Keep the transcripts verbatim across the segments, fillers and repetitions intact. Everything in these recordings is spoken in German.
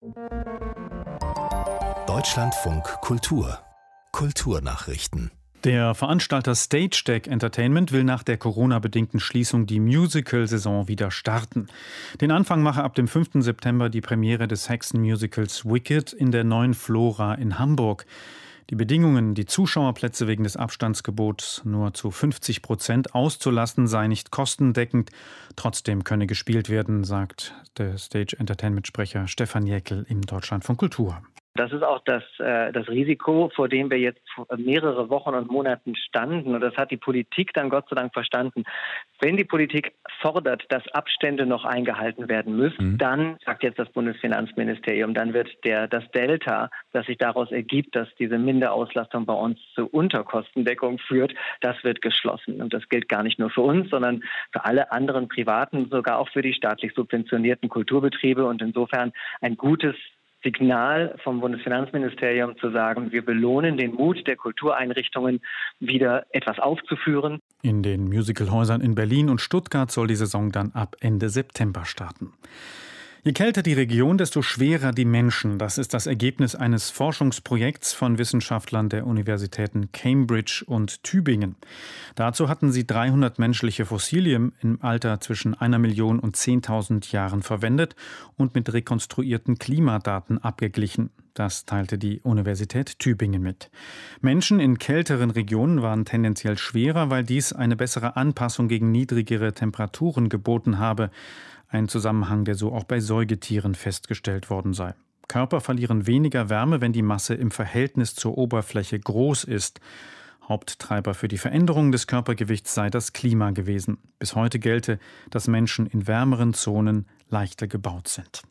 Deutschlandfunk Kultur Kulturnachrichten. Der Veranstalter Stage Deck Entertainment will nach der Corona-bedingten Schließung die Musical-Saison wieder starten. Den Anfang mache ab dem fünften September die Premiere des Hexenmusicals Wicked in der neuen Flora in Hamburg. Die Bedingungen, die Zuschauerplätze wegen des Abstandsgebots nur zu fünfzig Prozent auszulassen, sei nicht kostendeckend. Trotzdem könne gespielt werden, sagt der Stage Entertainment-Sprecher Stefan Jäckel im Deutschlandfunk Kultur. Das ist auch das, äh, das Risiko, vor dem wir jetzt mehrere Wochen und Monaten standen. Und das hat die Politik dann Gott sei Dank verstanden. Wenn die Politik fordert, dass Abstände noch eingehalten werden müssen, mhm. dann, sagt jetzt das Bundesfinanzministerium, dann wird der, das Delta, das sich daraus ergibt, dass diese Minderauslastung bei uns zu Unterkostendeckung führt, das wird geschlossen. Und das gilt gar nicht nur für uns, sondern für alle anderen Privaten, sogar auch für die staatlich subventionierten Kulturbetriebe. Und insofern ein gutes Signal vom Bundesfinanzministerium zu sagen, wir belohnen den Mut der Kultureinrichtungen, wieder etwas aufzuführen. In den Musicalhäusern in Berlin und Stuttgart soll die Saison dann ab Ende September starten. Je kälter die Region, desto schwerer die Menschen. Das ist das Ergebnis eines Forschungsprojekts von Wissenschaftlern der Universitäten Cambridge und Tübingen. Dazu hatten sie dreihundert menschliche Fossilien im Alter zwischen einer Million und zehntausend Jahren verwendet und mit rekonstruierten Klimadaten abgeglichen. Das teilte die Universität Tübingen mit. Menschen in kälteren Regionen waren tendenziell schwerer, weil dies eine bessere Anpassung gegen niedrigere Temperaturen geboten habe. Ein Zusammenhang, der so auch bei Säugetieren festgestellt worden sei. Körper verlieren weniger Wärme, wenn die Masse im Verhältnis zur Oberfläche groß ist. Haupttreiber für die Veränderung des Körpergewichts sei das Klima gewesen. Bis heute gelte, dass Menschen in wärmeren Zonen leichter gebaut sind.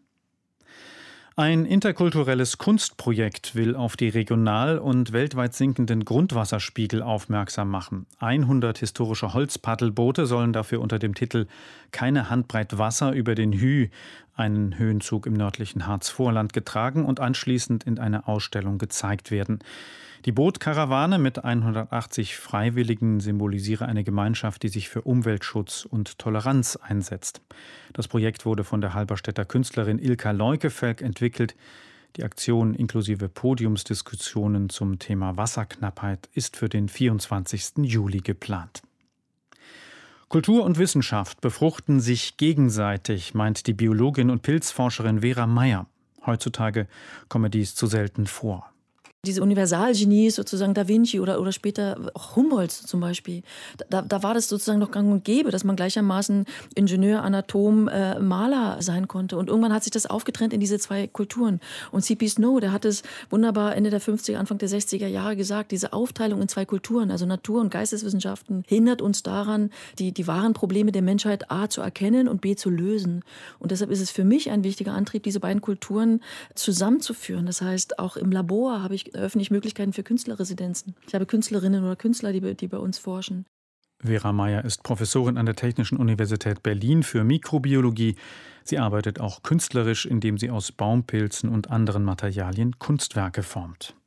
Ein interkulturelles Kunstprojekt will auf die regional und weltweit sinkenden Grundwasserspiegel aufmerksam machen. hundert historische Holzpaddelboote sollen dafür unter dem Titel »Keine Handbreit Wasser über den Hü«, einen Höhenzug im nördlichen Harzvorland, getragen und anschließend in einer Ausstellung gezeigt werden. Die Bootkarawane mit hundertachtzig Freiwilligen symbolisiere eine Gemeinschaft, die sich für Umweltschutz und Toleranz einsetzt. Das Projekt wurde von der Halberstädter Künstlerin Ilka Leukefeldt entwickelt. Die Aktion inklusive Podiumsdiskussionen zum Thema Wasserknappheit ist für den vierundzwanzigsten Juli geplant. Kultur und Wissenschaft befruchten sich gegenseitig, meint die Biologin und Pilzforscherin Vera Meyer. Heutzutage komme dies zu selten vor. Diese Universalgenies, sozusagen Da Vinci oder, oder später auch Humboldt zum Beispiel, da, da war das sozusagen noch gang und gäbe, dass man gleichermaßen Ingenieur, Anatom, äh, Maler sein konnte. Und irgendwann hat sich das aufgetrennt in diese zwei Kulturen. Und C P Snow, der hat es wunderbar Ende der fünfziger, Anfang der sechziger Jahre gesagt, diese Aufteilung in zwei Kulturen, also Natur- und Geisteswissenschaften, hindert uns daran, die, die wahren Probleme der Menschheit A zu erkennen und B zu lösen. Und deshalb ist es für mich ein wichtiger Antrieb, diese beiden Kulturen zusammenzuführen. Das heißt, auch im Labor habe ich eröffne ich Möglichkeiten für Künstlerresidenzen. Ich habe Künstlerinnen oder Künstler, die, die bei uns forschen. Vera Meyer ist Professorin an der Technischen Universität Berlin für Mikrobiologie. Sie arbeitet auch künstlerisch, indem sie aus Baumpilzen und anderen Materialien Kunstwerke formt.